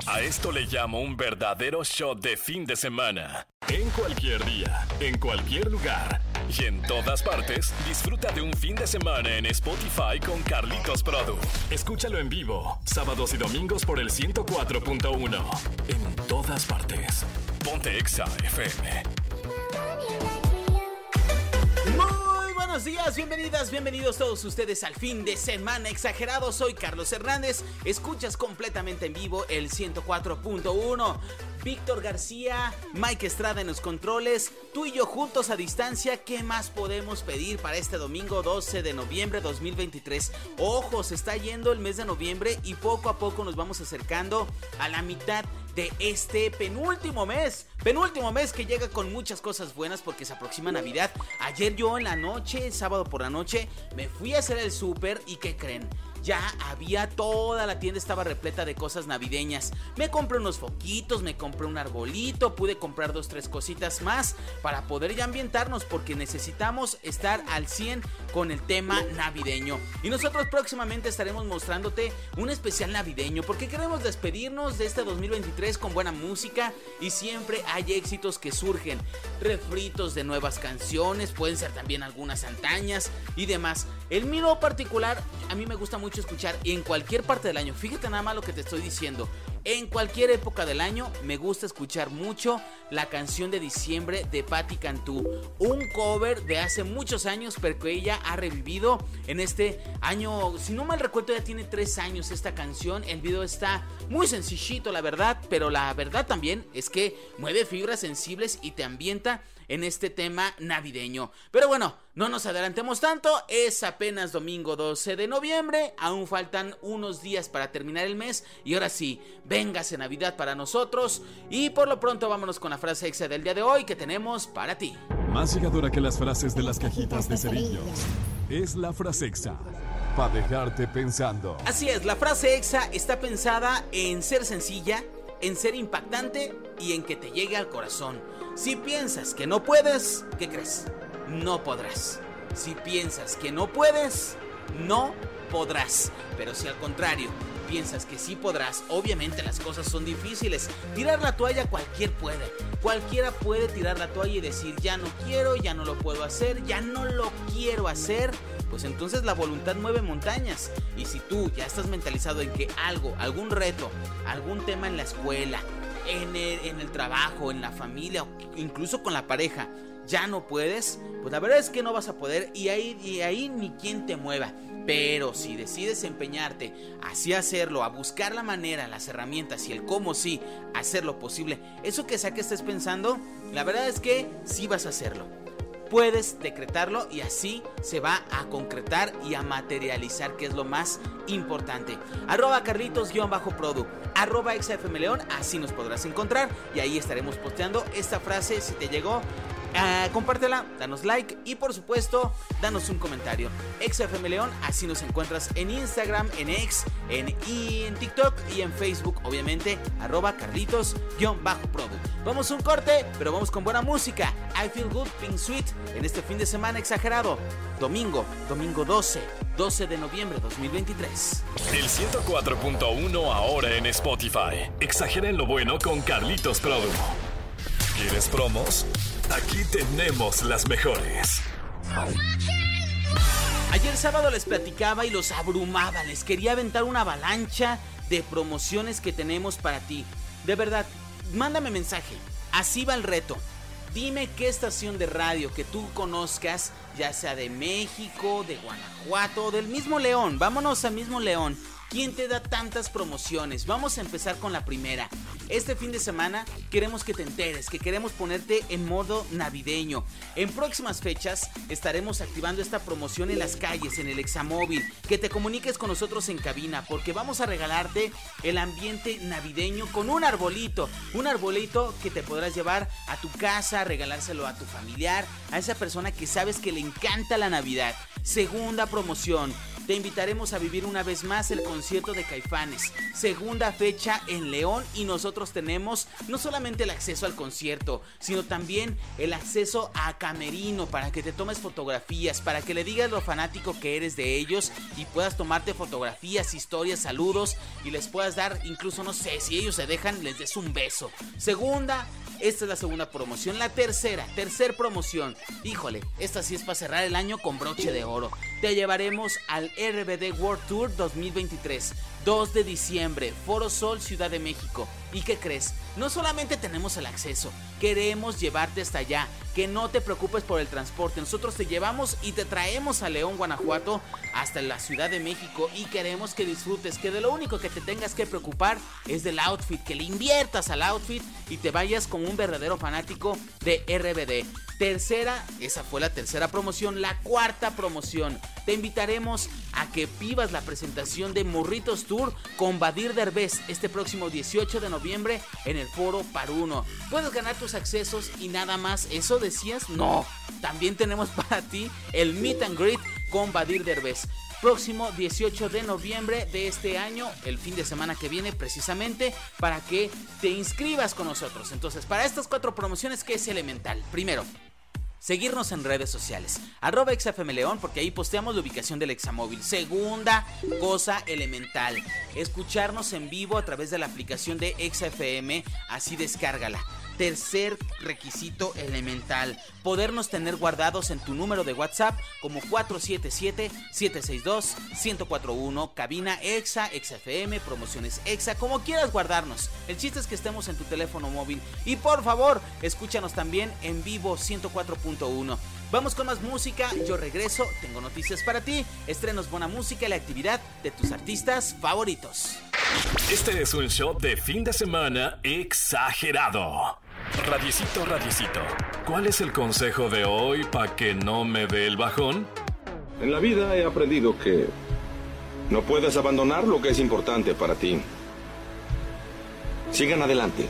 A esto le llamo un verdadero shot de fin de semana. En cualquier día, en cualquier lugar y en todas partes, disfruta de un fin de semana en Spotify con Carlitos Produ. Escúchalo en vivo, sábados y domingos por el 104.1. En todas partes. Ponte Exa FM. Buenos días, bienvenidos todos ustedes al fin de semana exagerado. Soy Carlos Hernández, escuchas completamente en vivo el 104.1. Víctor García, Mike Estrada en los controles, tú y yo juntos a distancia. ¿Qué más podemos pedir para este domingo 12 de noviembre 2023? Ojo, se está yendo el mes de noviembre y poco a poco nos vamos acercando a la mitad de este penúltimo mes que llega con muchas cosas buenas porque se aproxima Navidad. Ayer yo en la noche, sábado por la noche, me fui a hacer el súper y ¿qué creen? Ya había toda la tienda, estaba repleta de cosas navideñas. Me compré unos foquitos, me compré un arbolito, pude comprar 2-3 cositas más para poder ya ambientarnos porque necesitamos estar al 100 con el tema navideño. Y nosotros próximamente estaremos mostrándote un especial navideño porque queremos despedirnos de este 2023 con buena música y siempre hay éxitos que surgen, refritos de nuevas canciones, pueden ser también algunas antañas y demás. El mío particular, a mí me gusta mucho escuchar en cualquier parte del año. Fíjate nada más lo que te estoy diciendo. En cualquier época del año me gusta escuchar mucho la canción de diciembre de Patti Cantú. Un cover de hace muchos años, pero que ella ha revivido en este año. Si no mal recuerdo, ya tiene 3 años esta canción. El video está muy sencillito, la verdad, pero la verdad también es que mueve fibras sensibles y te ambienta en este tema navideño. Pero bueno, no nos adelantemos tanto, es apenas domingo 12 de noviembre, aún faltan unos días para terminar el mes y ahora sí, véngase Navidad para nosotros y por lo pronto vámonos con la frase exa del día de hoy que tenemos para ti. Más llegadora que las frases de las cajitas de cerillos es la frase exa, para dejarte pensando. Así es, la frase exa está pensada en ser sencilla, en ser impactante y en que te llegue al corazón. Si piensas que no puedes, ¿qué crees? No podrás. Si piensas que no puedes, no podrás. Pero si al contrario piensas que sí podrás, obviamente las cosas son difíciles. Tirar la toalla cualquiera puede tirar la toalla y decir ya no quiero, ya no lo puedo hacer, ya no lo quiero hacer. Pues entonces la voluntad mueve montañas. Y si tú ya estás mentalizado en que algún reto, algún tema en la escuela, en el trabajo, en la familia o incluso con la pareja, ya no puedes, pues la verdad es que no vas a poder y ahí ni quien te mueva. Pero si decides empeñarte así hacerlo, a buscar la manera, las herramientas y el cómo sí hacer lo posible, eso que sea que estés pensando, la verdad es que sí vas a hacerlo. Puedes decretarlo y así se va a concretar y a materializar, que es lo más importante. @Carlitos_Produ, @ExaFMLeón, así nos podrás encontrar y ahí estaremos posteando esta frase. Si te llegó, compártela, danos like y por supuesto danos un comentario. ExaFMLeón, así nos encuentras en Instagram, en X, en TikTok y en Facebook, obviamente @Carlitos_Produ. Vamos a un corte, pero vamos con buena música. I Feel Good, Pink Sweet, en este fin de semana exagerado. Domingo 12 de noviembre 2023. El 104.1 ahora en Spotify. Exagera en lo bueno con Carlitos Produ. ¿Quieres promos? Aquí tenemos las mejores. Ayer sábado les platicaba y los abrumaba. Les quería aventar una avalancha de promociones que tenemos para ti. De verdad, mándame mensaje. Así va el reto. Dime qué estación de radio que tú conozcas, ya sea de México, de Guanajuato, del mismo León. Vámonos al mismo León. ¿Quién te da tantas promociones? Vamos a empezar con la primera. Este fin de semana queremos que te enteres, que queremos ponerte en modo navideño. En próximas fechas estaremos activando esta promoción en las calles, en el Examóvil. Que te comuniques con nosotros en cabina porque vamos a regalarte el ambiente navideño con un arbolito. Un arbolito que te podrás llevar a tu casa, regalárselo a tu familiar, a esa persona que sabes que le encanta la Navidad. Segunda promoción, te invitaremos a vivir una vez más el concierto de Caifanes, segunda fecha en León, y nosotros tenemos no solamente el acceso al concierto, sino también el acceso a camerino para que te tomes fotografías, para que le digas lo fanático que eres de ellos y puedas tomarte fotografías, historias, saludos y les puedas dar, incluso no sé, si ellos se dejan, les des un beso. Esta es la segunda promoción. La tercera promoción, híjole, esta sí es para cerrar el año con broche de oro. Te llevaremos al RBD World Tour 2023, 2 de diciembre, Foro Sol, Ciudad de México. ¿Y qué crees? No solamente tenemos el acceso, queremos llevarte hasta allá, que no te preocupes por el transporte. Nosotros te llevamos y te traemos a León, Guanajuato, hasta la Ciudad de México, y queremos que disfrutes, que de lo único que te tengas que preocupar es del outfit, que le inviertas al outfit y te vayas como un verdadero fanático de RBD. Esa fue la tercera promoción. La cuarta promoción, te invitaremos a que vivas la presentación de Morritos Tour con Badir Derbez este próximo 18 de noviembre en el Foro Paruno. Puedes ganar tus accesos y nada más. ¿Eso decías? No, también tenemos para ti el Meet and Greet con Badir Derbez. Próximo 18 de noviembre de este año, el fin de semana que viene precisamente, para que te inscribas con nosotros. Entonces, para estas 4 promociones, ¿qué es elemental? Primero, seguirnos en redes sociales, @exafmleón, porque ahí posteamos la ubicación del Examóvil. Segunda cosa elemental, escucharnos en vivo a través de la aplicación de ExaFM, así descárgala. Tercer requisito elemental, podernos tener guardados en tu número de WhatsApp como 477-762-1041, cabina Exa, ExaFM, promociones Exa, como quieras guardarnos. El chiste es que estemos en tu teléfono móvil. Y por favor, escúchanos también en vivo 104.1. Vamos con más música, yo regreso, tengo noticias para ti, estrenos, buena música y la actividad de tus artistas favoritos. Este es un show de fin de semana exagerado. Radiecito, ¿cuál es el consejo de hoy para que no me dé el bajón? En la vida he aprendido que no puedes abandonar lo que es importante para ti. Sigan adelante.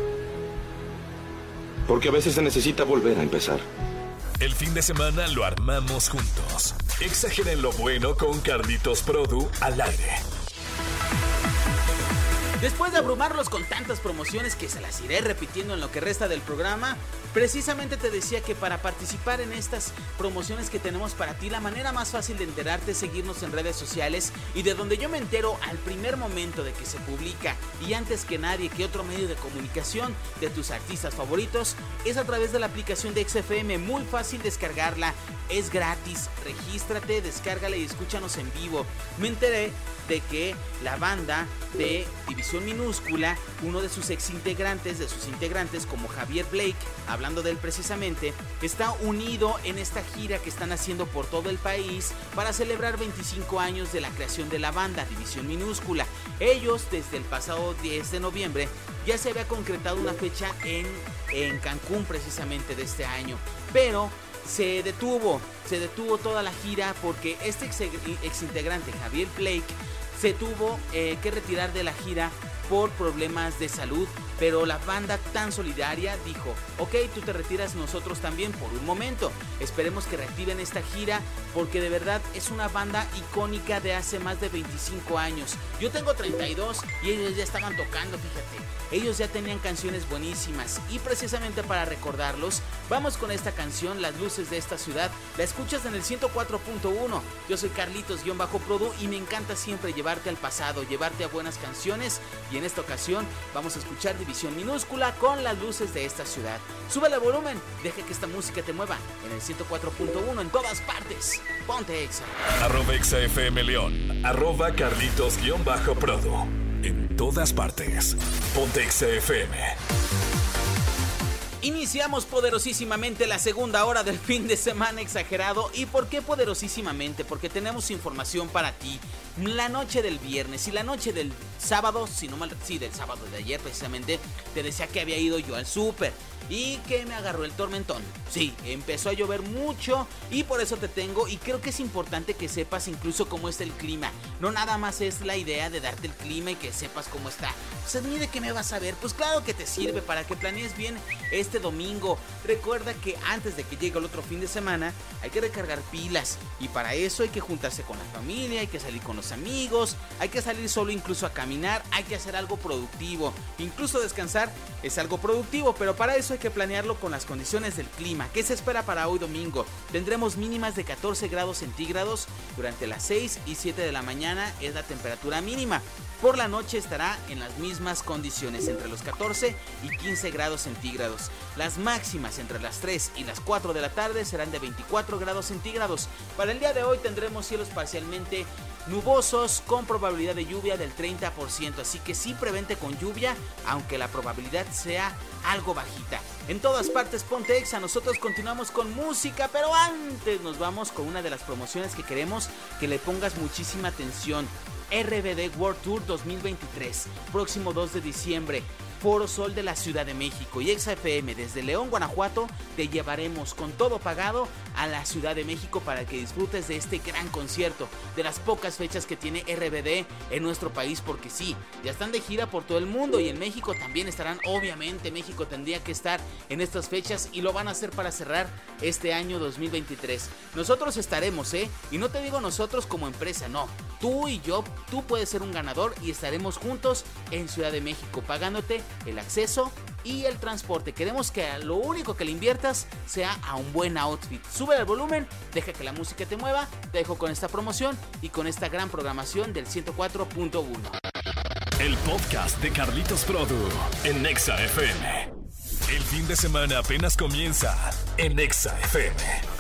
Porque a veces se necesita volver a empezar. El fin de semana lo armamos juntos. Exageren lo bueno con Carlitos Produ al aire. Después de abrumarlos con tantas promociones que se las iré repitiendo en lo que resta del programa, precisamente te decía que para participar en estas promociones que tenemos para ti, la manera más fácil de enterarte es seguirnos en redes sociales, y de donde yo me entero al primer momento de que se publica y antes que nadie que otro medio de comunicación de tus artistas favoritos es a través de la aplicación de XFM. Muy fácil descargarla, es gratis, regístrate, descárgala y escúchanos en vivo. Me enteré de que la banda de División Minúscula, uno de sus integrantes como Javier Blake, hablando de él precisamente, está unido en esta gira que están haciendo por todo el país para celebrar 25 años de la creación de la banda División Minúscula. Ellos, desde el pasado 10 de noviembre, ya se había concretado una fecha en Cancún precisamente de este año, pero se detuvo toda la gira porque este exintegrante Javier Blake se tuvo que retirar de la gira por problemas de salud, pero la banda tan solidaria dijo: ok, tú te retiras, nosotros también por un momento, esperemos que reactiven esta gira porque de verdad es una banda icónica de hace más de 25 años. Yo tengo 32 y ellos ya estaban tocando, fíjate, ellos ya tenían canciones buenísimas, y precisamente para recordarlos vamos con esta canción, Las Luces de esta Ciudad. La escuchas en el 104.1. Yo soy Carlitos-Produ y me encanta siempre llevarte al pasado, llevarte a buenas canciones, y en esta ocasión vamos a escuchar División Minúscula con Las Luces de esta Ciudad. Súbele el volumen, deja que esta música te mueva en el 104.1 en todas partes. Ponte Exa. @ExaFM León, @Carlitos-Produ. En todas partes. Ponte XFM. Iniciamos poderosísimamente la segunda hora del fin de semana exagerado. ¿Y por qué poderosísimamente? Porque tenemos información para ti. La noche del viernes y la noche del sábado, del sábado de ayer precisamente, te decía que había ido yo al súper y que me agarró el tormentón. Sí, empezó a llover mucho y por eso te tengo, y creo que es importante que sepas incluso cómo está el clima. No nada más es la idea de darte el clima y que sepas cómo está. Pues ni de qué me vas a ver, pues claro que te sirve para que planees bien este domingo. Recuerda que antes de que llegue el otro fin de semana hay que recargar pilas, y para eso hay que juntarse con la familia, hay que salir con los amigos, hay que salir solo incluso a caminar, hay que hacer algo productivo, incluso descansar es algo productivo, pero para eso hay que planearlo con las condiciones del clima. ¿Qué se espera para hoy domingo? Tendremos mínimas de 14 grados centígrados durante las 6 y 7 de la mañana, es la temperatura mínima. Por la noche estará en las mismas condiciones, entre los 14 y 15 grados centígrados. Las máximas entre las 3 y las 4 de la tarde serán de 24 grados centígrados. Para el día de hoy tendremos cielos parcialmente nubosos con probabilidad de lluvia del 30%, así que sí prevente con lluvia, aunque la probabilidad sea algo bajita. En todas partes ponte Exa, nosotros continuamos con música, pero antes nos vamos con una de las promociones que queremos que le pongas muchísima atención. RBD World Tour 2023, próximo 2 de diciembre, Foro Sol de la Ciudad de México y Exa FM desde León, Guanajuato. Te llevaremos con todo pagado a la Ciudad de México para que disfrutes de este gran concierto, de las pocas fechas que tiene RBD en nuestro país, porque sí, ya están de gira por todo el mundo y en México también estarán. Obviamente México tendría que estar en estas fechas y lo van a hacer para cerrar este año 2023. Nosotros estaremos, y no te digo nosotros como empresa, no, tú y yo, tú puedes ser un ganador y estaremos juntos en Ciudad de México pagándote el acceso y el transporte. Queremos que lo único que le inviertas sea a un buen outfit. Sube el volumen, deja que la música te mueva. Te dejo con esta promoción y con esta gran programación del 104.1. El podcast de Carlitos Produ en Exa FM. El fin de semana apenas comienza en Exa FM.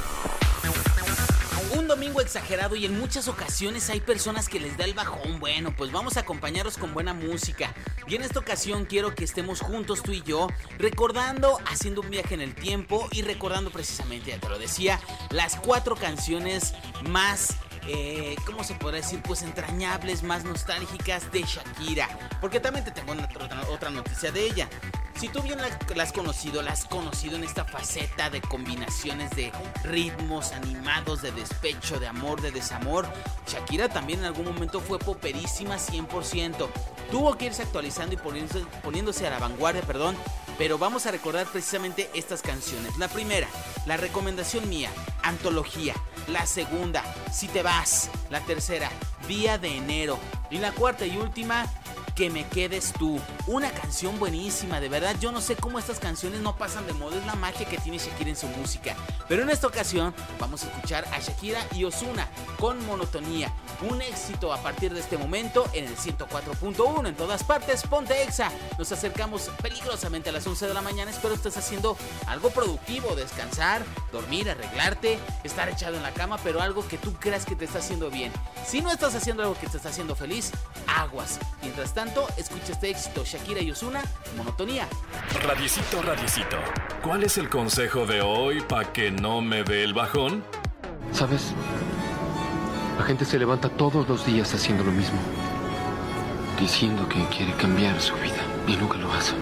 Un domingo exagerado y en muchas ocasiones hay personas que les da el bajón. Bueno, pues vamos a acompañarlos con buena música. Y en esta ocasión quiero que estemos juntos tú y yo, recordando, haciendo un viaje en el tiempo y recordando precisamente, ya te lo decía, las 4 canciones más... ¿cómo se podrá decir? Pues entrañables, más nostálgicas de Shakira. Porque también te tengo otra noticia de ella. Si tú bien la has conocido en esta faceta de combinaciones de ritmos animados, de despecho, de amor, de desamor, Shakira también en algún momento fue poperísima 100%. Tuvo que irse actualizando y poniéndose a la vanguardia, pero vamos a recordar precisamente estas canciones. La primera, la recomendación mía, Antología. La segunda, Si te vas. La tercera, Día de Enero. Y la cuarta y última, Que me quedes tú. Una canción buenísima, de verdad. Yo no sé cómo estas canciones no pasan de moda. Es la magia que tiene Shakira en su música. Pero en esta ocasión vamos a escuchar a Shakira y Ozuna con Monotonía. Un éxito a partir de este momento en el 104.1. En todas partes, ponte Exa. Nos acercamos peligrosamente a las 11 de la mañana. Espero estés haciendo algo productivo. Descansar, dormir, arreglarte, estar echado en la cama, pero algo que tú creas que te está haciendo bien. Si no estás haciendo algo que te está haciendo feliz, aguas. Mientras tanto, escucha este éxito, Shakira y Ozuna, Monotonía. Radiecito, radiecito, ¿cuál es el consejo de hoy para que no me dé el bajón? ¿Sabes? La gente se levanta todos los días haciendo lo mismo, diciendo que quiere cambiar su vida y nunca lo hace.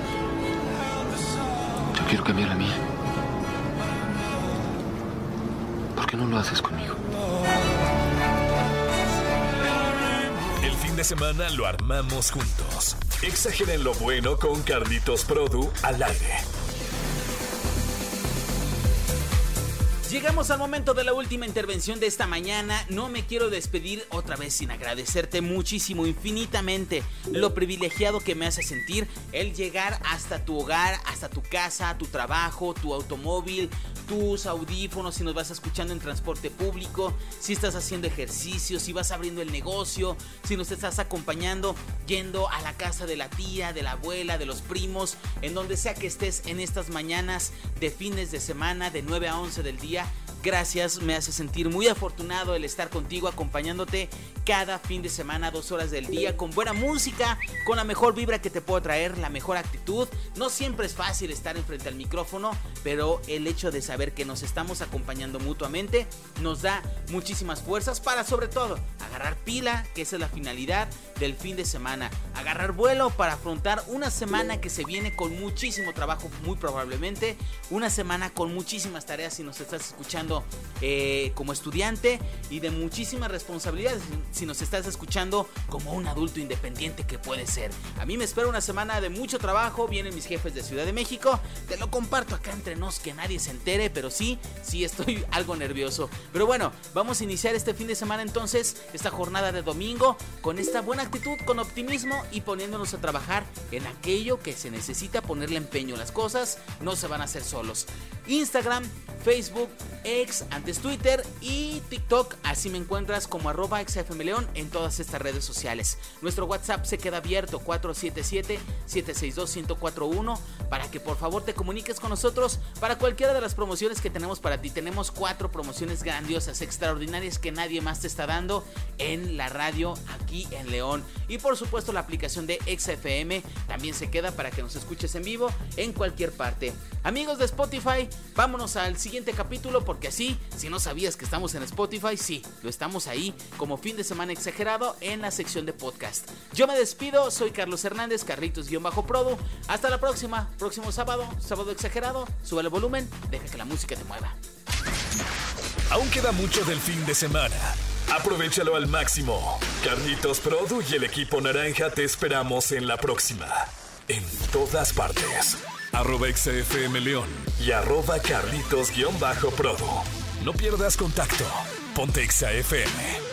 Yo quiero cambiar la mía. ¿Por qué no lo haces conmigo? El fin de semana lo armamos juntos. Exageren lo bueno con Carlitos Produ al aire. Llegamos al momento de la última intervención de esta mañana. No me quiero despedir otra vez sin agradecerte muchísimo, infinitamente, lo privilegiado que me hace sentir el llegar hasta tu hogar, hasta tu casa, tu trabajo, tu automóvil, tus audífonos, si nos vas escuchando en transporte público, si estás haciendo ejercicio, si vas abriendo el negocio, si nos estás acompañando yendo a la casa de la tía, de la abuela, de los primos, en donde sea que estés en estas mañanas de fines de semana de 9 a 11 del día. Gracias, me hace sentir muy afortunado el estar contigo, acompañándote cada fin de semana, 2 horas del día, con buena música, con la mejor vibra que te puedo traer, la mejor actitud. No siempre es fácil estar enfrente al micrófono, pero el hecho de saber que nos estamos acompañando mutuamente nos da muchísimas fuerzas para, sobre todo, agarrar pila, que esa es la finalidad del fin de semana, agarrar vuelo para afrontar una semana que se viene con muchísimo trabajo, muy probablemente una semana con muchísimas tareas si nos estás escuchando como estudiante, y de muchísimas responsabilidades si nos estás escuchando como un adulto independiente que puede ser. A mí me espera una semana de mucho trabajo, vienen mis jefes de Ciudad de México, te lo comparto acá entre nos, que nadie se entere, pero sí estoy algo nervioso. Pero bueno, vamos a iniciar este fin de semana entonces, esta jornada de domingo, con esta buena actitud, con optimismo y poniéndonos a trabajar en aquello que se necesita ponerle empeño. Las cosas no se van a hacer solos. Instagram, Facebook, X, antes Twitter y TikTok, así me encuentras como @XFMLeón en todas estas redes sociales. Nuestro WhatsApp se queda abierto, 477-762-1041, para que por favor te comuniques con nosotros para cualquiera de las promociones que tenemos para ti. Tenemos 4 promociones grandiosas, extraordinarias, que nadie más te está dando en la radio aquí en León. Y por supuesto la aplicación de XFM también se queda para que nos escuches en vivo en cualquier parte. Amigos de Spotify, vámonos al siguiente capítulo, porque así, si no sabías que estamos en Spotify, sí, lo estamos ahí como Fin de Semana Exagerado en la sección de podcast. Yo me despido, soy Carlos Hernández, Carlitos-Produ. Hasta la próxima, próximo sábado exagerado. Sube el volumen, deja que la música te mueva. Aún queda mucho del fin de semana. Aprovéchalo al máximo. Carlitos Produ y el equipo naranja te esperamos en la próxima. En todas partes. @XFM León y @Carlitos-Produ. No pierdas contacto. Ponte XFM.